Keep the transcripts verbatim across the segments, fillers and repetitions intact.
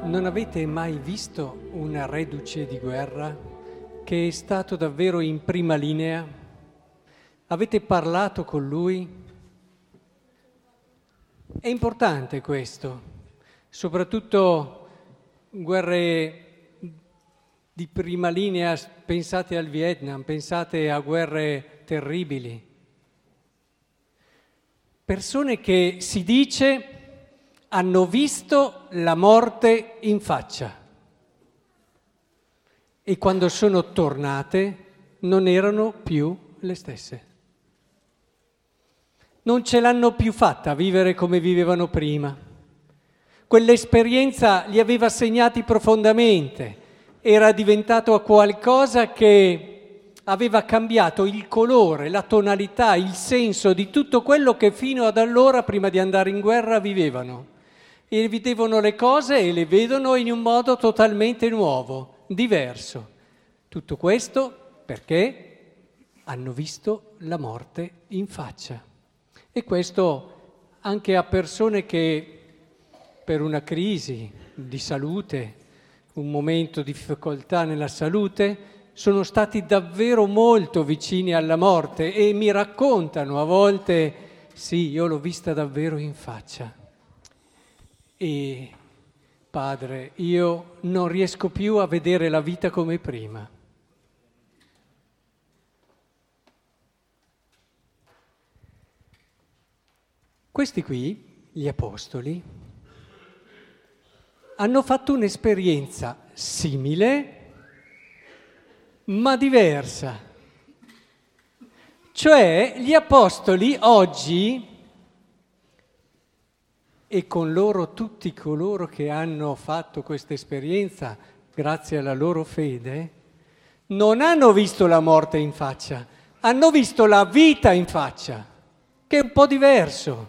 Non avete mai visto un reduce di guerra che è stato davvero in prima linea? Avete parlato con lui? È importante questo, soprattutto guerre di prima linea, pensate al Vietnam, pensate a guerre terribili. Persone che si dice hanno visto la morte in faccia e quando sono tornate non erano più le stesse. Non ce l'hanno più fatta a vivere come vivevano prima. Quell'esperienza li aveva segnati profondamente, era diventato qualcosa che aveva cambiato il colore, la tonalità, il senso di tutto quello che fino ad allora, prima di andare in guerra, vivevano. E vedevano le cose e le vedono in un modo totalmente nuovo, diverso. Tutto questo perché hanno visto la morte in faccia. E questo anche a persone che per una crisi di salute, un momento di difficoltà nella salute, sono stati davvero molto vicini alla morte e mi raccontano a volte, sì, io l'ho vista davvero in faccia. E padre, io non riesco più a vedere la vita come prima. Questi qui, gli apostoli, hanno fatto un'esperienza simile ma diversa. Cioè, gli apostoli oggi, e con loro tutti coloro che hanno fatto questa esperienza grazie alla loro fede, non hanno visto la morte in faccia, hanno visto la vita in faccia, che è un po' diverso.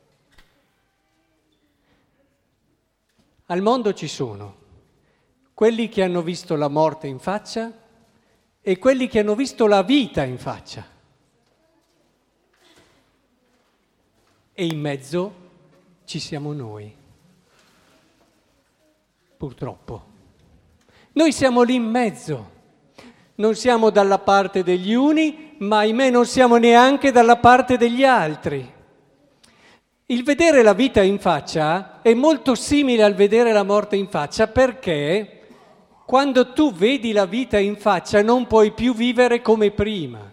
Al mondo ci sono quelli che hanno visto la morte in faccia e quelli che hanno visto la vita in faccia. E in mezzo ci siamo noi, purtroppo. Noi siamo lì in mezzo, non siamo dalla parte degli uni, ma ahimè non siamo neanche dalla parte degli altri. Il vedere la vita in faccia è molto simile al vedere la morte in faccia perché quando tu vedi la vita in faccia non puoi più vivere come prima.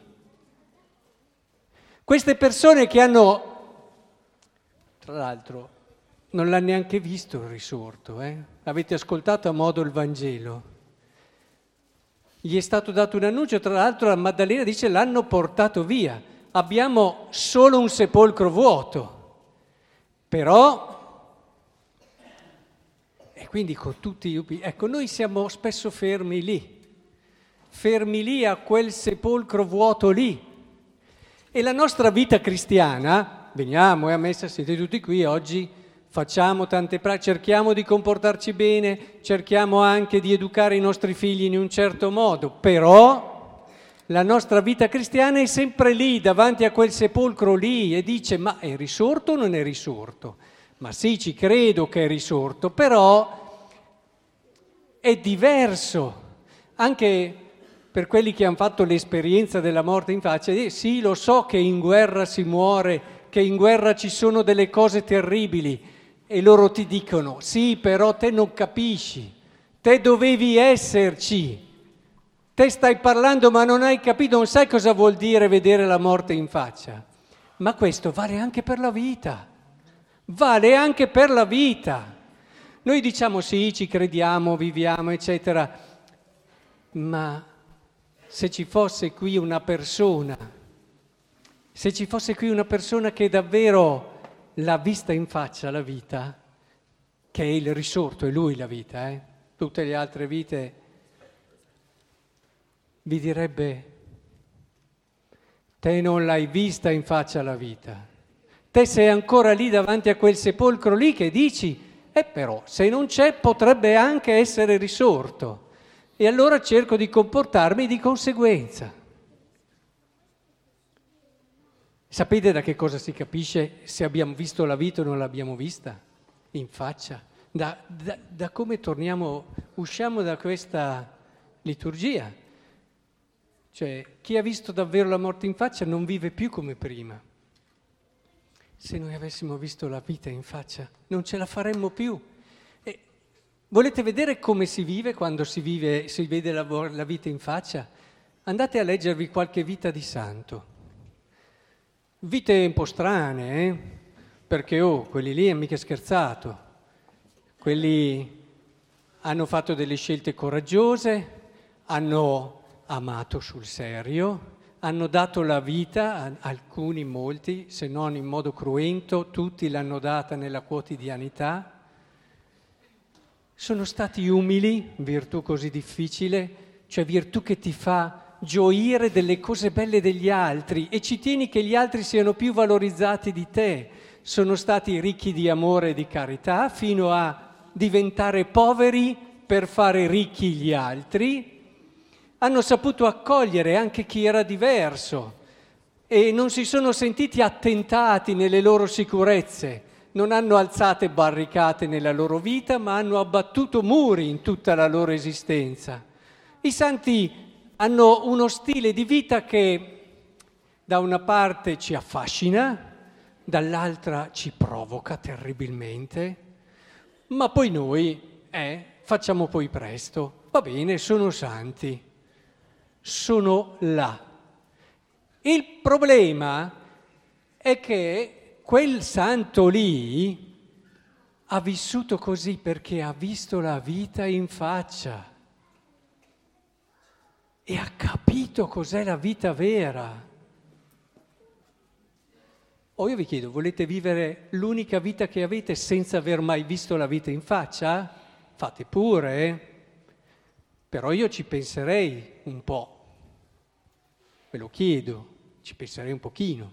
Queste persone che hanno... Tra l'altro, non l'ha neanche visto il risorto, eh? Avete ascoltato a modo il Vangelo. Gli è stato dato un annuncio, tra l'altro la Maddalena dice l'hanno portato via. Abbiamo solo un sepolcro vuoto, però, e quindi con tutti i lupi, ecco, noi siamo spesso fermi lì, fermi lì a quel sepolcro vuoto lì. E la nostra vita cristiana... Veniamo e a messa, siete tutti qui, oggi facciamo tante pratiche, cerchiamo di comportarci bene, cerchiamo anche di educare i nostri figli in un certo modo, però la nostra vita cristiana è sempre lì, davanti a quel sepolcro lì e dice ma è risorto o non è risorto? Ma sì, ci credo che è risorto, però è diverso, anche per quelli che hanno fatto l'esperienza della morte in faccia, eh, sì, lo so che in guerra si muore, che in guerra ci sono delle cose terribili e loro ti dicono sì, però te non capisci, te dovevi esserci, te stai parlando ma non hai capito, non sai cosa vuol dire vedere la morte in faccia. Ma questo vale anche per la vita, vale anche per la vita. Noi diciamo sì, ci crediamo, viviamo, eccetera, ma se ci fosse qui una persona Se ci fosse qui una persona che davvero l'ha vista in faccia la vita, che è il risorto, è lui la vita, eh? Tutte le altre vite, vi direbbe, te non l'hai vista in faccia la vita, te sei ancora lì davanti a quel sepolcro lì che dici, eh però se non c'è potrebbe anche essere risorto, e allora cerco di comportarmi di conseguenza. Sapete da che cosa si capisce se abbiamo visto la vita o non l'abbiamo vista? In faccia. da, da, da come torniamo, usciamo da questa liturgia. Cioè, chi ha visto davvero la morte in faccia non vive più come prima. Se noi avessimo visto la vita in faccia, non ce la faremmo più. E volete vedere come si vive quando si vive, si vede la, la vita in faccia? Andate a leggervi qualche vita di santo. Vite un po' strane, eh? Perché oh, quelli lì hanno mica scherzato. Quelli hanno fatto delle scelte coraggiose, hanno amato sul serio, hanno dato la vita, alcuni, molti, se non in modo cruento, tutti l'hanno data nella quotidianità. Sono stati umili, virtù così difficile, cioè virtù che ti fa gioire delle cose belle degli altri e ci tieni che gli altri siano più valorizzati di te. Sono stati ricchi di amore e di carità fino a diventare poveri per fare ricchi gli altri. Hanno saputo accogliere anche chi era diverso e non si sono sentiti attentati nelle loro sicurezze, non hanno alzate barricate nella loro vita, ma hanno abbattuto muri in tutta la loro esistenza. I santi hanno uno stile di vita che da una parte ci affascina, dall'altra ci provoca terribilmente, ma poi noi eh, facciamo poi presto. Va bene, sono santi. Sono là. Il problema è che quel santo lì ha vissuto così perché ha visto la vita in faccia e ha capito cos'è la vita vera. O io vi chiedo, volete vivere l'unica vita che avete senza aver mai visto la vita in faccia? Fate pure, eh? Però io ci penserei un po', ve lo chiedo, ci penserei un pochino.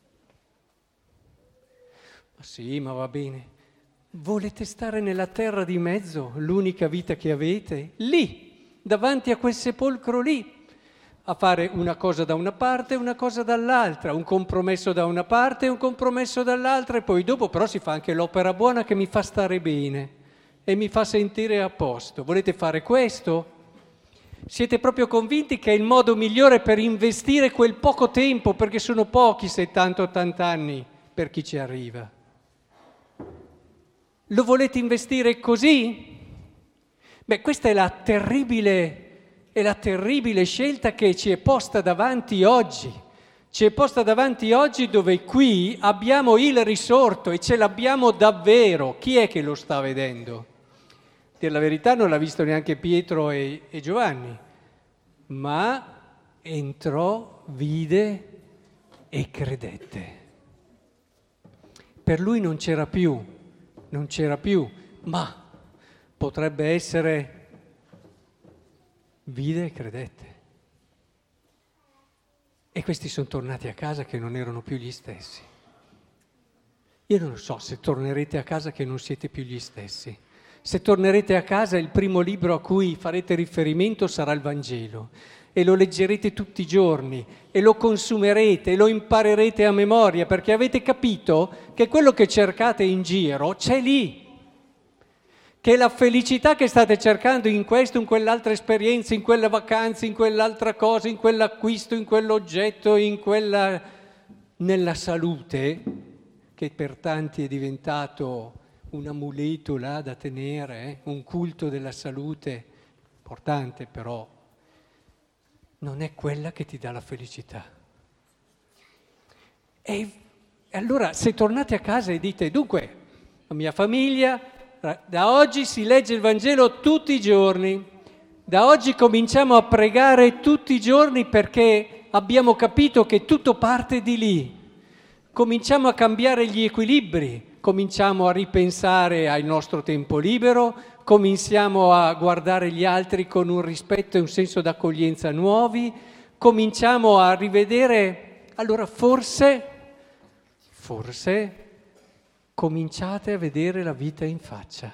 Ma sì, ma va bene. Volete stare nella terra di mezzo, l'unica vita che avete? Lì, davanti a quel sepolcro lì, a fare una cosa da una parte e una cosa dall'altra, un compromesso da una parte e un compromesso dall'altra, e poi dopo però si fa anche l'opera buona che mi fa stare bene e mi fa sentire a posto. Volete fare questo? Siete proprio convinti che è il modo migliore per investire quel poco tempo, perché sono pochi settanta ottanta anni per chi ci arriva? Lo volete investire così? Beh, questa è la terribile, è la terribile scelta che ci è posta davanti oggi. Ci è posta davanti oggi dove qui abbiamo il risorto e ce l'abbiamo davvero. Chi è che lo sta vedendo? Per la verità non l'ha visto neanche Pietro e, e Giovanni, ma entrò, vide e credette. Per lui non c'era più, non c'era più, ma potrebbe essere vide e credette. E questi sono tornati a casa che non erano più gli stessi. Io non so se tornerete a casa che non siete più gli stessi. Se tornerete a casa il primo libro a cui farete riferimento sarà il Vangelo e lo leggerete tutti i giorni e lo consumerete e lo imparerete a memoria perché avete capito che quello che cercate in giro c'è lì, che la felicità che state cercando in questo, in quell'altra esperienza, in quella vacanza, in quell'altra cosa, in quell'acquisto, in quell'oggetto, in quella... nella salute, che per tanti è diventato un amuleto là da tenere, eh? Un culto della salute, importante però, non è quella che ti dà la felicità. E allora se tornate a casa e dite, dunque, la mia famiglia, da oggi si legge il Vangelo tutti i giorni, da oggi cominciamo a pregare tutti i giorni perché abbiamo capito che tutto parte di lì, cominciamo a cambiare gli equilibri, cominciamo a ripensare al nostro tempo libero, cominciamo a guardare gli altri con un rispetto e un senso d'accoglienza nuovi, cominciamo a rivedere, allora forse, forse cominciate a vedere la vita in faccia.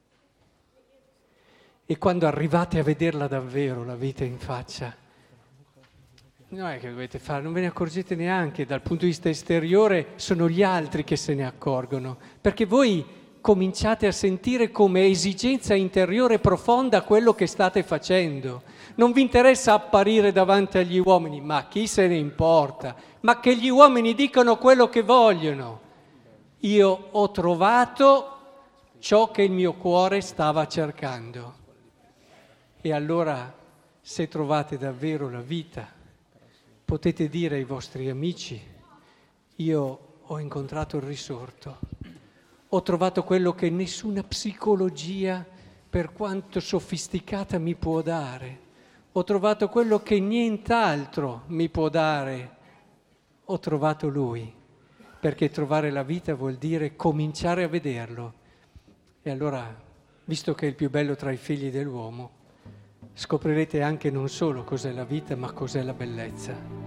E quando arrivate a vederla davvero, la vita in faccia, non è che dovete fare, non ve ne accorgete neanche, dal punto di vista esteriore sono gli altri che se ne accorgono, perché voi cominciate a sentire come esigenza interiore profonda quello che state facendo. Non vi interessa apparire davanti agli uomini, ma chi se ne importa? Ma che gli uomini dicano quello che vogliono. Io ho trovato ciò che il mio cuore stava cercando. E allora, se trovate davvero la vita, potete dire ai vostri amici: io ho incontrato il risorto, ho trovato quello che nessuna psicologia, per quanto sofisticata, mi può dare, ho trovato quello che nient'altro mi può dare, ho trovato Lui, perché trovare la vita vuol dire cominciare a vederlo. E allora, visto che è il più bello tra i figli dell'uomo, scoprirete anche non solo cos'è la vita, ma cos'è la bellezza.